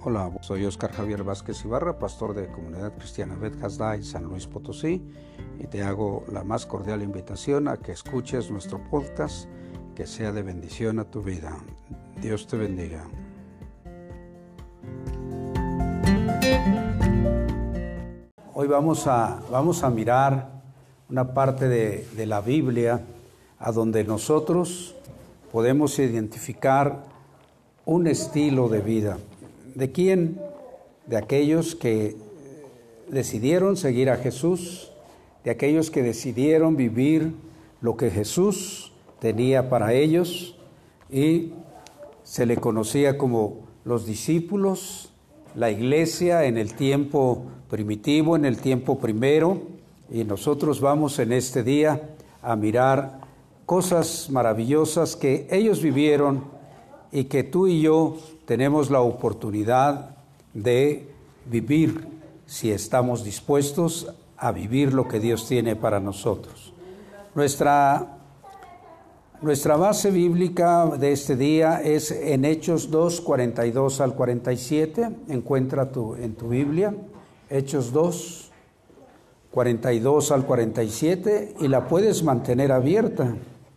Hola, soy Oscar Javier Vázquez Ibarra, pastor de Comunidad Cristiana Bet Hasda en San Luis Potosí, y te hago la más cordial invitación a que escuches nuestro podcast, que sea de bendición a tu vida. Dios te bendiga. Hoy vamos a mirar una parte de la Biblia a donde nosotros podemos identificar un estilo de vida. ¿De quién? De aquellos que decidieron seguir a Jesús, de aquellos que decidieron vivir lo que Jesús tenía para ellos, y se le conocía como los discípulos, la iglesia en el tiempo primitivo, en el tiempo primero, y nosotros vamos en este día a mirar cosas maravillosas que ellos vivieron y que tú y yo tenemos la oportunidad de vivir si estamos dispuestos a vivir lo que Dios tiene para nosotros. Nuestra base bíblica de este día es en Hechos 2, 42 al 47. Encuentra en tu Biblia, Hechos 2, 42 al 47, y la puedes mantener abierta.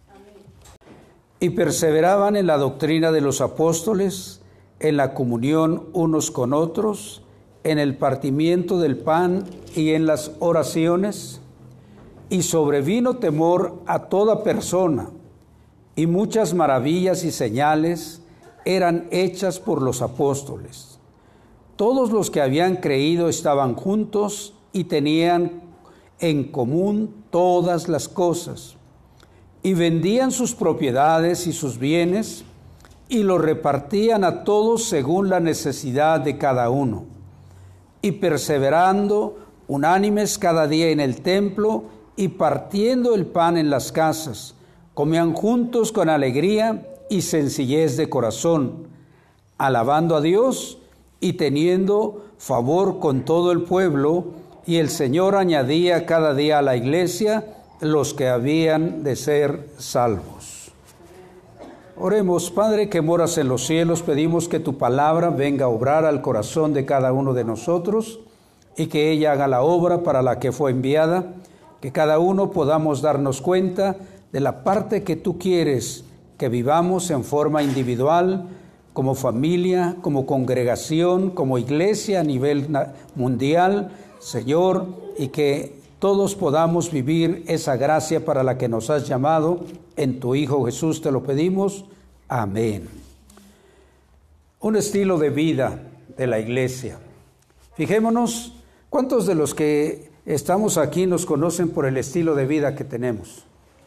Y perseveraban en la doctrina de los apóstoles, en la comunión unos con otros, en el partimiento del pan y en las oraciones. Y sobrevino temor a toda persona, y muchas maravillas y señales eran hechas por los apóstoles. Todos los que habían creído estaban juntos y tenían en común todas las cosas, y vendían sus propiedades y sus bienes, y los repartían a todos según la necesidad de cada uno. Y perseverando unánimes cada día en el templo, y partiendo el pan en las casas, comían juntos con alegría y sencillez de corazón, alabando a Dios y teniendo favor con todo el pueblo, y el Señor añadía cada día a la iglesia los que habían de ser salvos. Oremos. Padre que moras en los cielos, pedimos que tu palabra venga a obrar al corazón de cada uno de nosotros y que ella haga la obra para la que fue enviada, que cada uno podamos darnos cuenta de la parte que tú quieres que vivamos en forma individual, como familia, como congregación, como iglesia a nivel mundial, Señor, y que todos podamos vivir esa gracia para la que nos has llamado. En tu Hijo Jesús te lo pedimos. Amén. Un estilo de vida de la iglesia. Fijémonos, ¿cuántos de los que estamos aquí nos conocen por el estilo de vida que tenemos?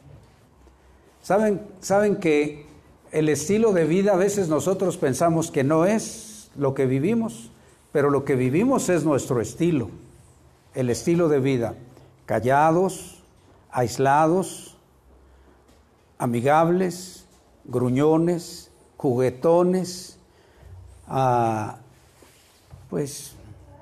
¿Saben que el estilo de vida a veces nosotros pensamos que no es lo que vivimos, pero lo que vivimos es nuestro estilo, el estilo de vida? Callados, aislados, amigables, gruñones, juguetones, pues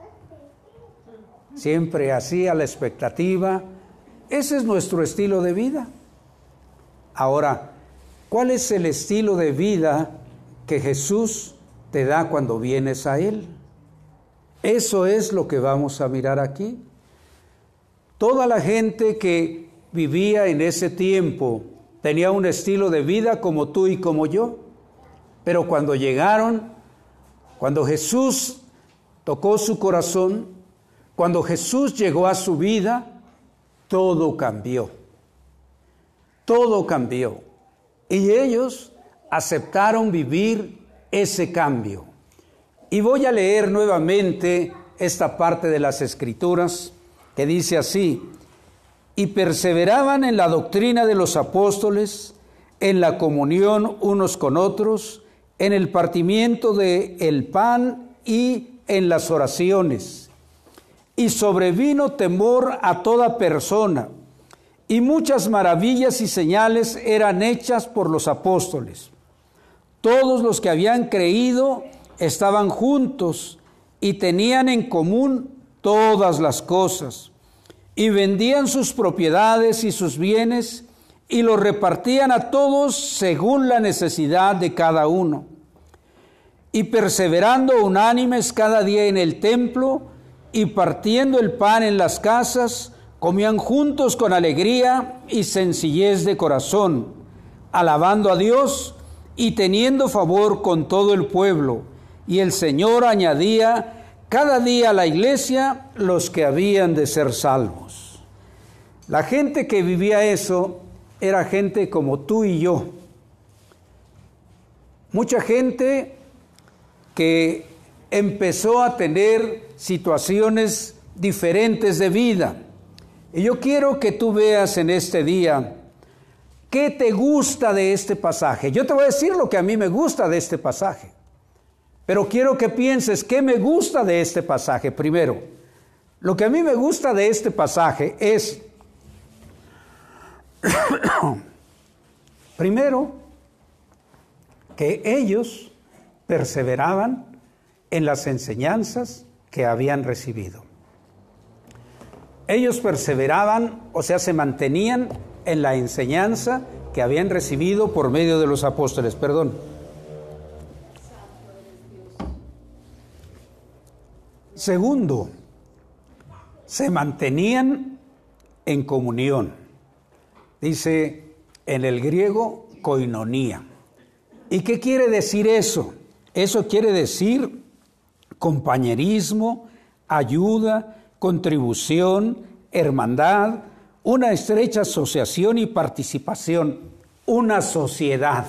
siempre así a la expectativa. Ese es nuestro estilo de vida. Ahora, ¿cuál es el estilo de vida que Jesús te da cuando vienes a Él? Eso es lo que vamos a mirar aquí. Toda la gente que vivía en ese tiempo tenía un estilo de vida como tú y como yo. Pero cuando llegaron, cuando Jesús tocó su corazón, cuando Jesús llegó a su vida, todo cambió. Todo cambió. Y ellos aceptaron vivir ese cambio. Y voy a leer nuevamente esta parte de las Escrituras que dice así: y perseveraban en la doctrina de los apóstoles, en la comunión unos con otros, en el partimiento del pan y en las oraciones. Y sobrevino temor a toda persona, y muchas maravillas y señales eran hechas por los apóstoles. Todos los que habían creído estaban juntos y tenían en común todas las cosas, y vendían sus propiedades y sus bienes, y los repartían a todos según la necesidad de cada uno. y perseverando unánimes cada día en el templo y partiendo el pan en las casas, comían juntos con alegría y sencillez de corazón, alabando a Dios y teniendo favor con todo el pueblo. Y el Señor añadía cada día a la iglesia los que habían de ser salvos. La gente que vivía eso era gente como tú y yo. Mucha gente que empezó a tener situaciones diferentes de vida. Y yo quiero que tú veas en este día qué te gusta de este pasaje. Yo te voy a decir lo que a mí me gusta de este pasaje, pero quiero que pienses qué me gusta de este pasaje. Primero, lo que a mí me gusta de este pasaje es, primero, que ellos perseveraban en las enseñanzas que habían recibido. Ellos perseveraban, o sea, se mantenían en la enseñanza que habían recibido por medio de los apóstoles. Perdón. Segundo, se mantenían en comunión. Dice en el griego, koinonía. ¿Y qué quiere decir eso? Eso quiere decir compañerismo, ayuda, contribución, hermandad, una estrecha asociación y participación, una sociedad.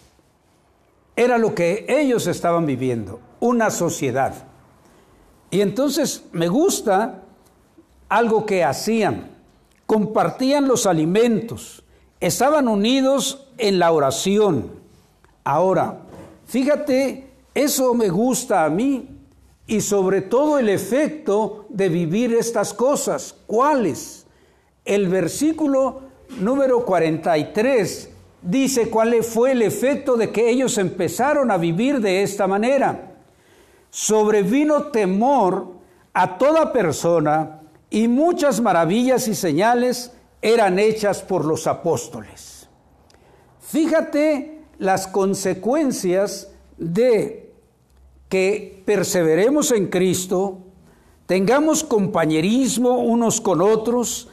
Era lo que ellos estaban viviendo, una sociedad. Y entonces me gusta algo que hacían, compartían los alimentos, estaban unidos en la oración. Ahora, fíjate, eso me gusta a mí. Y sobre todo el efecto de vivir estas cosas. ¿Cuáles? El versículo número 43 dice cuál fue el efecto de que ellos empezaron a vivir de esta manera. Sobrevino temor a toda persona y muchas maravillas y señales eran hechas por los apóstoles. Fíjate las consecuencias de que perseveremos en Cristo, tengamos compañerismo unos con otros,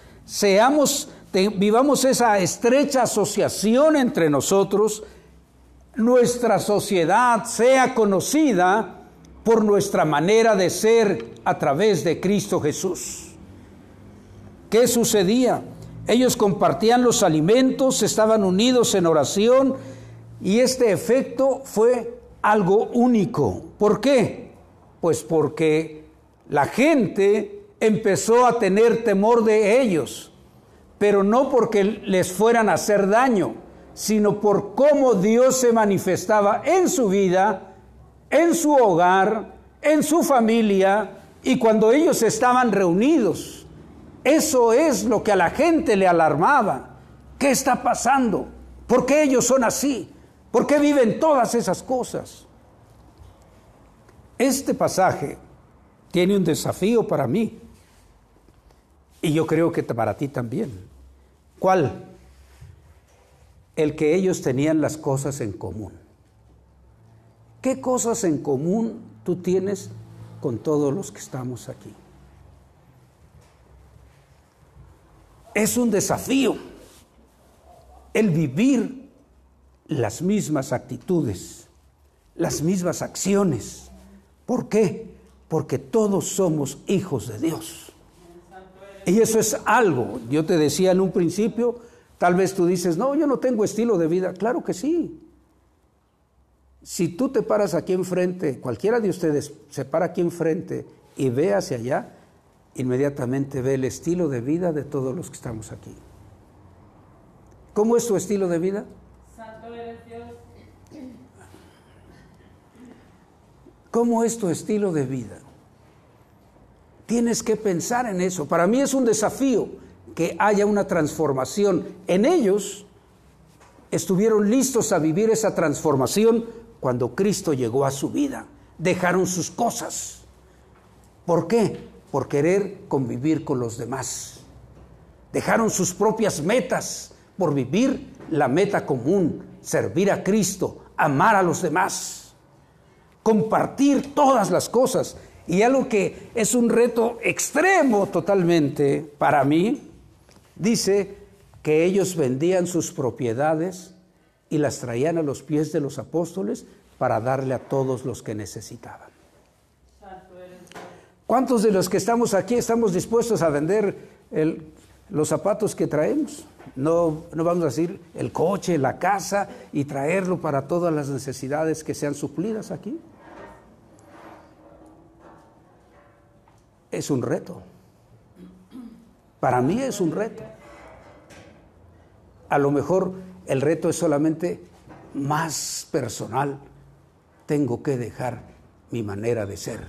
vivamos esa estrecha asociación entre nosotros, nuestra sociedad sea conocida por nuestra manera de ser a través de Cristo Jesús. ¿Qué sucedía? Ellos compartían los alimentos, estaban unidos en oración y este efecto fue algo único. ¿Por qué? Pues porque la gente empezó a tener temor de ellos, pero no porque les fueran a hacer daño, sino por cómo Dios se manifestaba en su vida, en su hogar, en su familia y cuando ellos estaban reunidos. Eso es lo que a la gente le alarmaba. ¿Qué está pasando? ¿Por qué ellos son así? ¿Por qué viven todas esas cosas? Este pasaje tiene un desafío para mí y yo creo que para ti también. ¿Cuál? El que ellos tenían las cosas en común. ¿Qué cosas en común tú tienes con todos los que estamos aquí? Es un desafío el vivir las mismas actitudes, las mismas acciones. ¿Por qué? Porque todos somos hijos de Dios. Y eso es algo, yo te decía en un principio, tal vez tú dices, no, yo no tengo estilo de vida. Claro que sí. Si tú te paras aquí enfrente, cualquiera de ustedes se para aquí enfrente y ve hacia allá, inmediatamente ve el estilo de vida de todos los que estamos aquí. ¿Cómo es tu estilo de vida? Santo eres Dios. ¿Cómo es tu estilo de vida? Tienes que pensar en eso. Para mí es un desafío que haya una transformación. En ellos estuvieron listos a vivir esa transformación cuando Cristo llegó a su vida. Dejaron sus cosas. ¿Por qué? Por querer convivir con los demás. Dejaron sus propias metas por vivir la meta común, servir a Cristo, amar a los demás. compartir todas las cosas. Y algo que es un reto extremo totalmente para mí, dice que ellos vendían sus propiedades y las traían a los pies de los apóstoles para darle a todos los que necesitaban. ¿Cuántos de los que estamos aquí estamos dispuestos a vender los zapatos que traemos? No vamos a decir el coche, la casa y traerlo para todas las necesidades que sean suplidas aquí. Es un reto. Para mí es un reto. A lo mejor el reto es solamente más personal. Tengo que dejar mi manera de ser.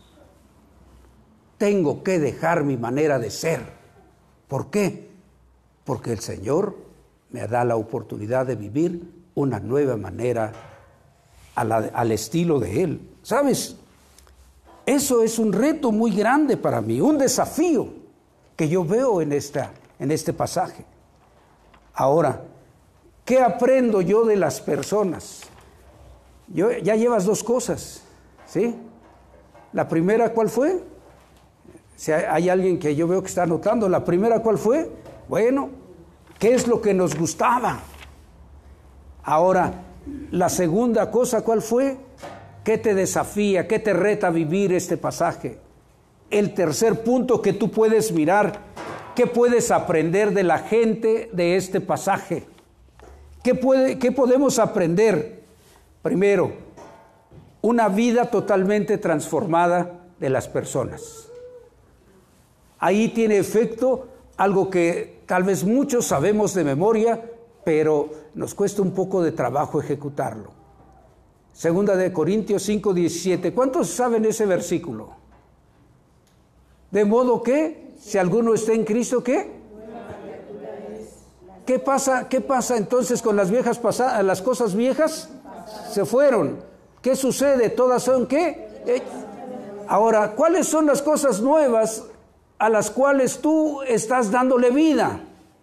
Tengo que dejar mi manera de ser. ¿Por qué? Porque el Señor me da la oportunidad de vivir una nueva manera al estilo de Él. ¿Sabes? Eso es un reto muy grande para mí, un desafío que yo veo en este pasaje. Ahora, ¿qué aprendo yo de las personas? Ya llevas dos cosas, ¿sí? La primera, ¿cuál fue? Si hay alguien que yo veo que está anotando, la primera, ¿cuál fue? Bueno, ¿qué es lo que nos gustaba? Ahora, la segunda cosa, ¿cuál fue? ¿Qué te desafía? ¿Qué te reta a vivir este pasaje? El tercer punto que tú puedes mirar, ¿qué puedes aprender de la gente de este pasaje? ¿Qué podemos aprender? Primero, una vida totalmente transformada de las personas. Ahí tiene efecto algo que tal vez muchos sabemos de memoria, pero nos cuesta un poco de trabajo ejecutarlo. Segunda de Corintios 5:17. ¿Cuántos saben ese versículo? De modo que, si alguno está en Cristo, ¿qué? ¿Qué pasa entonces con las viejas pasadas? Las cosas viejas se fueron. ¿Qué sucede? ¿Todas son qué? Ahora, ¿cuáles son las cosas nuevas a las cuales tú estás dándole vida?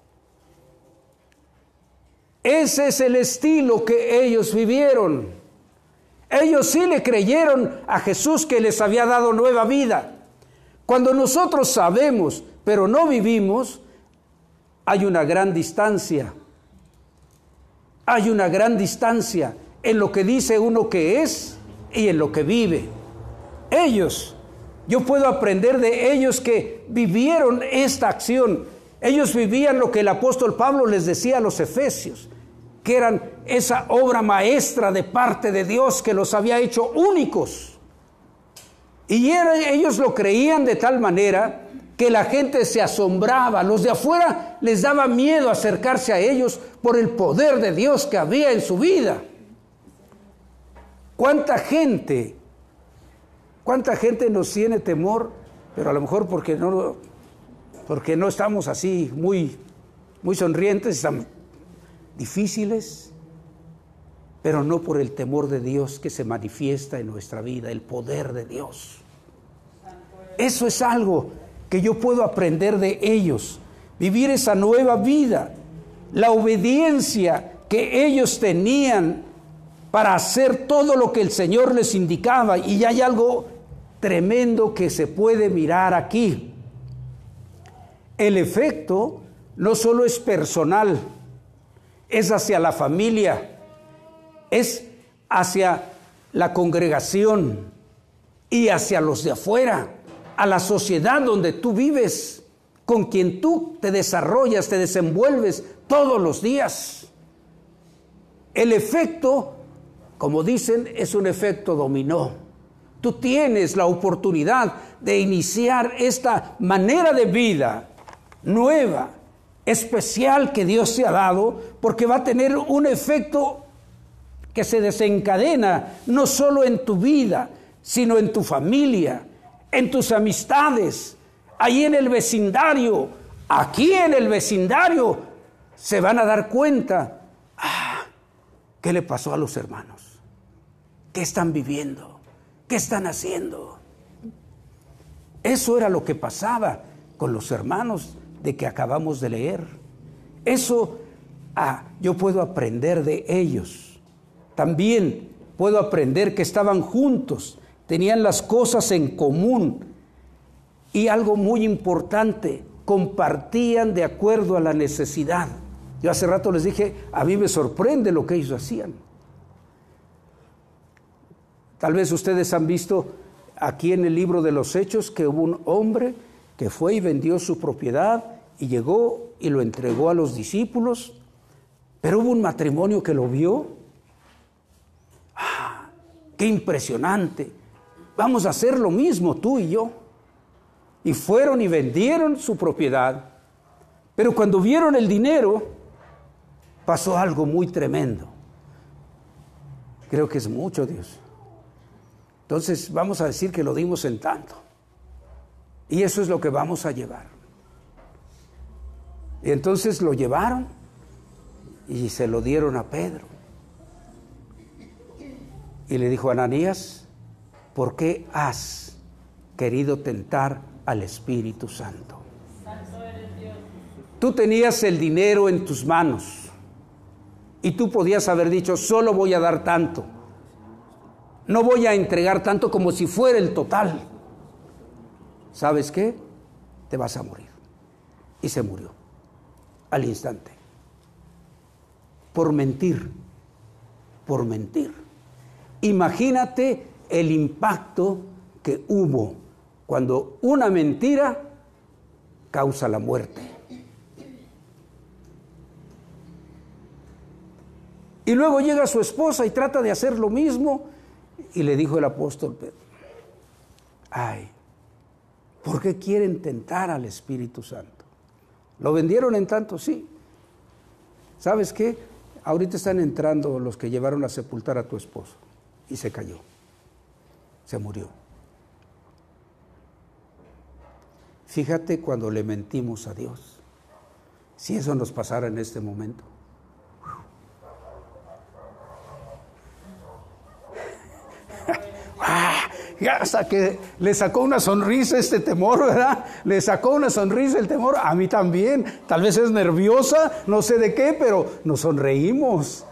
Ese es el estilo que ellos vivieron. Ellos sí le creyeron a Jesús que les había dado nueva vida. Cuando nosotros sabemos, pero no vivimos, hay una gran distancia. Hay una gran distancia en lo que dice uno que es y en lo que vive. Yo puedo aprender de ellos que vivieron esta acción. Ellos vivían lo que el apóstol Pablo les decía a los efesios, que eran esa obra maestra de parte de Dios que los había hecho únicos. Y ellos lo creían de tal manera que la gente se asombraba. Los de afuera les daba miedo acercarse a ellos por el poder de Dios que había en su vida. ¿Cuánta gente nos tiene temor? Pero a lo mejor porque no estamos así muy sonrientes, estamos difíciles, pero no por el temor de Dios que se manifiesta en nuestra vida, el poder de Dios. Eso es algo que yo puedo aprender de ellos, vivir esa nueva vida, la obediencia que ellos tenían para hacer todo lo que el Señor les indicaba. Y hay algo tremendo que se puede mirar aquí. El efecto no solo es personal, es hacia la familia, es hacia la congregación y hacia los de afuera, a la sociedad donde tú vives, con quien tú te desarrollas, te desenvuelves todos los días. El efecto, como dicen, es un efecto dominó. Tú tienes la oportunidad de iniciar esta manera de vida nueva, especial que Dios te ha dado, porque va a tener un efecto que se desencadena no solo en tu vida, sino en tu familia, en tus amistades, ahí en el vecindario, aquí en el vecindario, se van a dar cuenta, ¿qué le pasó a los hermanos? ¿Qué están viviendo? ¿Qué están haciendo? Eso era lo que pasaba con los hermanos de que acabamos de leer. Eso yo puedo aprender de ellos. También puedo aprender que estaban juntos, tenían las cosas en común y algo muy importante, compartían de acuerdo a la necesidad. Yo hace rato les dije, a mí me sorprende lo que ellos hacían. Tal vez ustedes han visto aquí en el libro de los Hechos que hubo un hombre que fue y vendió su propiedad y llegó y lo entregó a los discípulos, pero hubo un matrimonio que lo vio. ¡Ah, qué impresionante! Vamos a hacer lo mismo tú y yo. Y fueron y vendieron su propiedad, pero cuando vieron el dinero, pasó algo muy tremendo. Creo que es mucho, Dios. Entonces vamos a decir que lo dimos en tanto. Y eso es lo que vamos a llevar. Y entonces lo llevaron y se lo dieron a Pedro. Y le dijo, Ananías, ¿por qué has querido tentar al Espíritu Santo? Tú tenías el dinero en tus manos. Y tú podías haber dicho, solo voy a dar tanto. No voy a entregar tanto como si fuera el total. ¿Sabes qué? Te vas a morir. Y se murió al instante. Por mentir. Por mentir. Imagínate el impacto que hubo cuando una mentira causa la muerte. Y luego llega su esposa y trata de hacer lo mismo. Y le dijo el apóstol Pedro, ay, ¿por qué quieren tentar al Espíritu Santo? ¿Lo vendieron en tanto? Sí. ¿Sabes qué? Ahorita están entrando los que llevaron a sepultar a tu esposo. Y se cayó. Se murió. Fíjate cuando le mentimos a Dios. Si eso nos pasara en este momento. Hasta que le sacó una sonrisa este temor, ¿verdad? Le sacó una sonrisa el temor, a mí también. Tal vez es nerviosa, no sé de qué, pero nos sonreímos.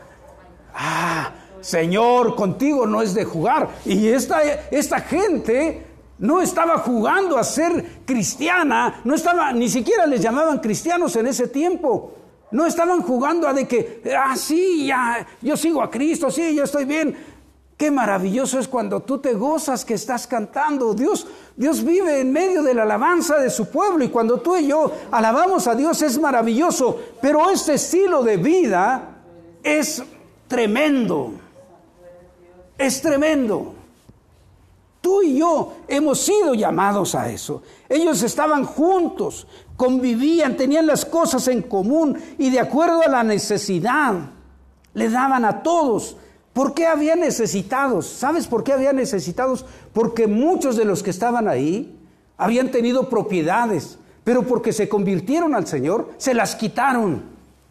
Señor, contigo no es de jugar. Y esta gente no estaba jugando a ser cristiana, no estaba, ni siquiera les llamaban cristianos en ese tiempo. No estaban jugando a de que, sí, ya, yo sigo a Cristo, sí, yo estoy bien. Qué maravilloso es cuando tú te gozas que estás cantando. Dios vive en medio de la alabanza de su pueblo, y cuando tú y yo alabamos a Dios es maravilloso. Pero este estilo de vida es tremendo. Es tremendo. Tú y yo hemos sido llamados a eso. Ellos estaban juntos, convivían, tenían las cosas en común y de acuerdo a la necesidad le daban a todos. ¿Por qué había necesitados? ¿Sabes por qué había necesitados? Porque muchos de los que estaban ahí habían tenido propiedades, pero porque se convirtieron al Señor, se las quitaron.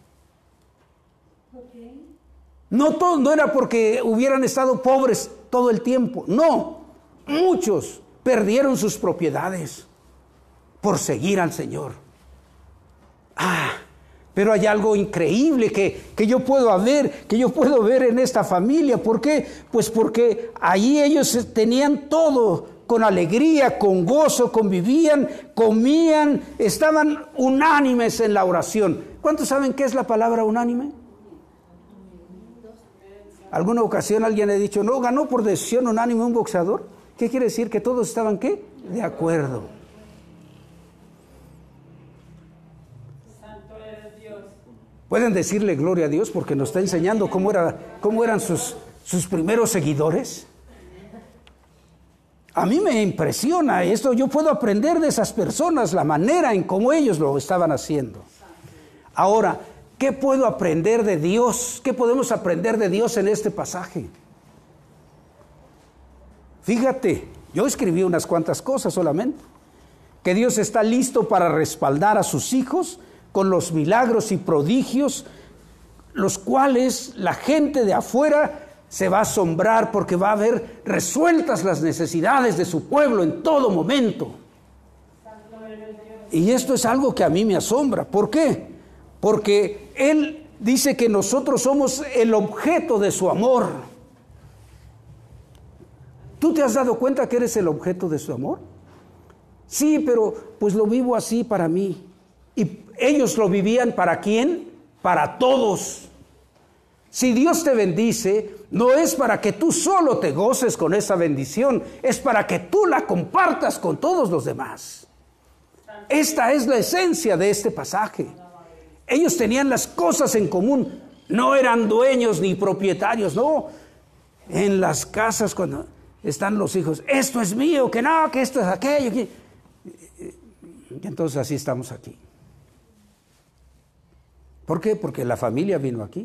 No era porque hubieran estado pobres todo el tiempo, no. Muchos perdieron sus propiedades por seguir al Señor. Pero hay algo increíble que yo puedo ver en esta familia. ¿Por qué? Pues porque allí ellos tenían todo con alegría, con gozo, convivían, comían, estaban unánimes en la oración. ¿Cuántos saben qué es la palabra unánime? ¿Alguna ocasión alguien ha dicho, no, ganó por decisión unánime un boxeador? ¿Qué quiere decir? Que todos estaban, ¿qué? De acuerdo. Santo eres Dios. Pueden decirle gloria a Dios porque nos está enseñando cómo eran sus primeros seguidores. A mí me impresiona esto. Yo puedo aprender de esas personas la manera en cómo ellos lo estaban haciendo. Ahora, ¿qué puedo aprender de Dios? ¿Qué podemos aprender de Dios en este pasaje? Fíjate, yo escribí unas cuantas cosas solamente. Que Dios está listo para respaldar a sus hijos con los milagros y prodigios, los cuales la gente de afuera se va a asombrar porque va a ver resueltas las necesidades de su pueblo en todo momento. Y esto es algo que a mí me asombra. ¿Por qué? Porque Él dice que nosotros somos el objeto de su amor. ¿Tú te has dado cuenta que eres el objeto de su amor? Sí, pero pues lo vivo así para mí. ¿Y ellos lo vivían para quién? Para todos. Si Dios te bendice, no es para que tú solo te goces con esa bendición, es para que tú la compartas con todos los demás. Esta es la esencia de este pasaje. Ellos tenían las cosas en común, no eran dueños ni propietarios, no. En las casas cuando están los hijos, esto es mío, que no, que esto es aquello. Que... Y entonces así estamos aquí. ¿Por qué? Porque la familia vino aquí.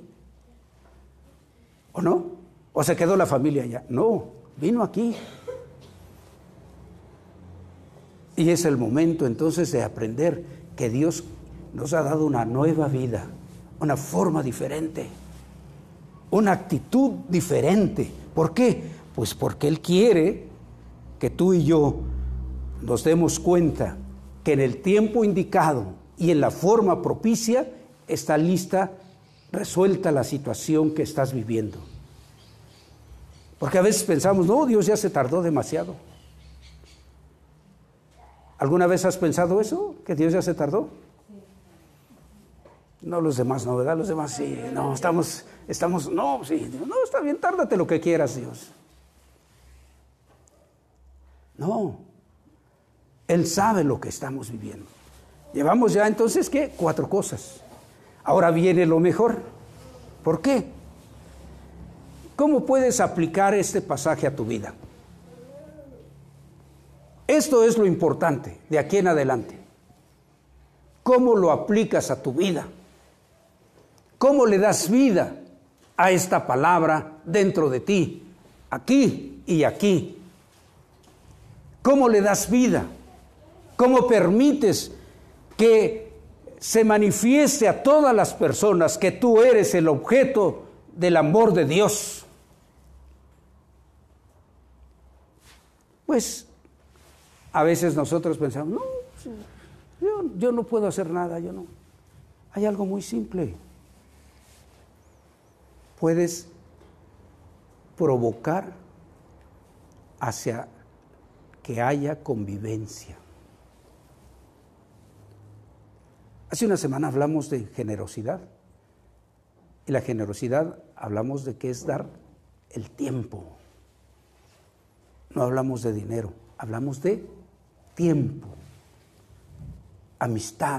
¿O no? ¿O se quedó la familia allá? No, vino aquí. Y es el momento entonces de aprender que Dios nos ha dado una nueva vida, una forma diferente, una actitud diferente. ¿Por qué? Pues porque Él quiere que tú y yo nos demos cuenta que en el tiempo indicado y en la forma propicia está lista, resuelta la situación que estás viviendo. Porque a veces pensamos, no, Dios ya se tardó demasiado. ¿Alguna vez has pensado eso? ¿Que Dios ya se tardó? No, los demás no, ¿verdad? Los demás sí, no, estamos, no, sí, no, está bien, tárdate lo que quieras, Dios. No, Él sabe lo que estamos viviendo. Llevamos ya entonces, ¿qué? 4 cosas. Ahora viene lo mejor. ¿Por qué? ¿Cómo puedes aplicar este pasaje a tu vida? Esto es lo importante de aquí en adelante. ¿Cómo lo aplicas a tu vida? ¿Cómo le das vida a esta palabra dentro de ti? Aquí y aquí. ¿Cómo le das vida? ¿Cómo permites que se manifieste a todas las personas que tú eres el objeto del amor de Dios? Pues a veces nosotros pensamos, no, yo no puedo hacer nada, yo no. Hay algo muy simple. Puedes provocar hacia que haya convivencia. Hace una semana hablamos de generosidad. Y la generosidad hablamos de que es dar el tiempo. No hablamos de dinero, hablamos de tiempo, amistad.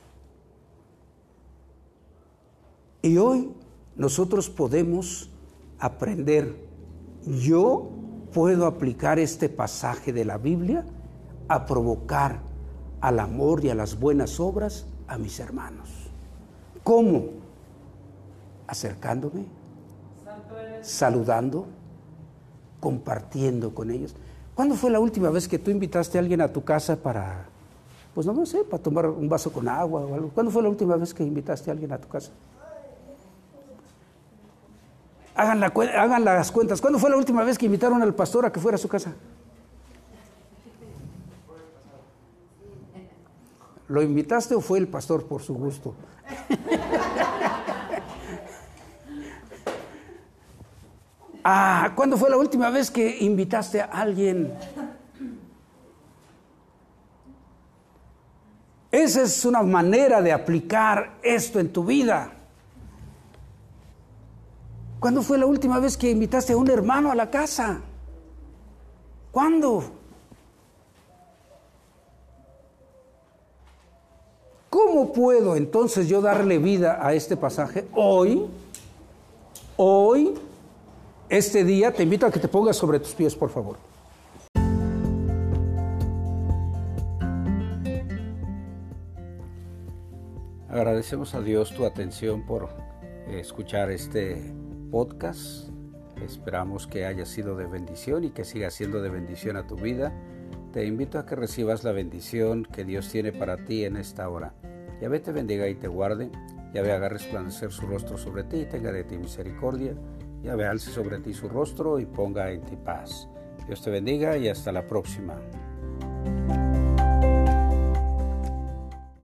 Y hoy nosotros podemos aprender. Yo puedo aplicar este pasaje de la Biblia a provocar al amor y a las buenas obras a mis hermanos. ¿Cómo? Acercándome, saludando, compartiendo con ellos. ¿Cuándo fue la última vez que tú invitaste a alguien a tu casa para, pues no sé, para tomar un vaso con agua o algo? ¿Cuándo fue la última vez que invitaste a alguien a tu casa? Hagan las cuentas. ¿Cuándo fue la última vez que invitaron al pastor a que fuera a su casa? ¿Lo invitaste o fue el pastor por su gusto? ¿Cuándo fue la última vez que invitaste a alguien? Esa es una manera de aplicar esto en tu vida. ¿Cuándo fue la última vez que invitaste a un hermano a la casa? ¿Cuándo? ¿Cómo puedo entonces yo darle vida a este pasaje? Hoy, este día, te invito a que te pongas sobre tus pies, por favor. Agradecemos a Dios tu atención por escuchar este podcast. Esperamos que haya sido de bendición y que siga siendo de bendición a tu vida. Te invito a que recibas la bendición que Dios tiene para ti en esta hora. Yahvé te bendiga y te guarde. Yahvé haga resplandecer su rostro sobre ti y tenga de ti misericordia. Yahvé alce sobre ti su rostro y ponga en ti paz. Dios te bendiga y hasta la próxima.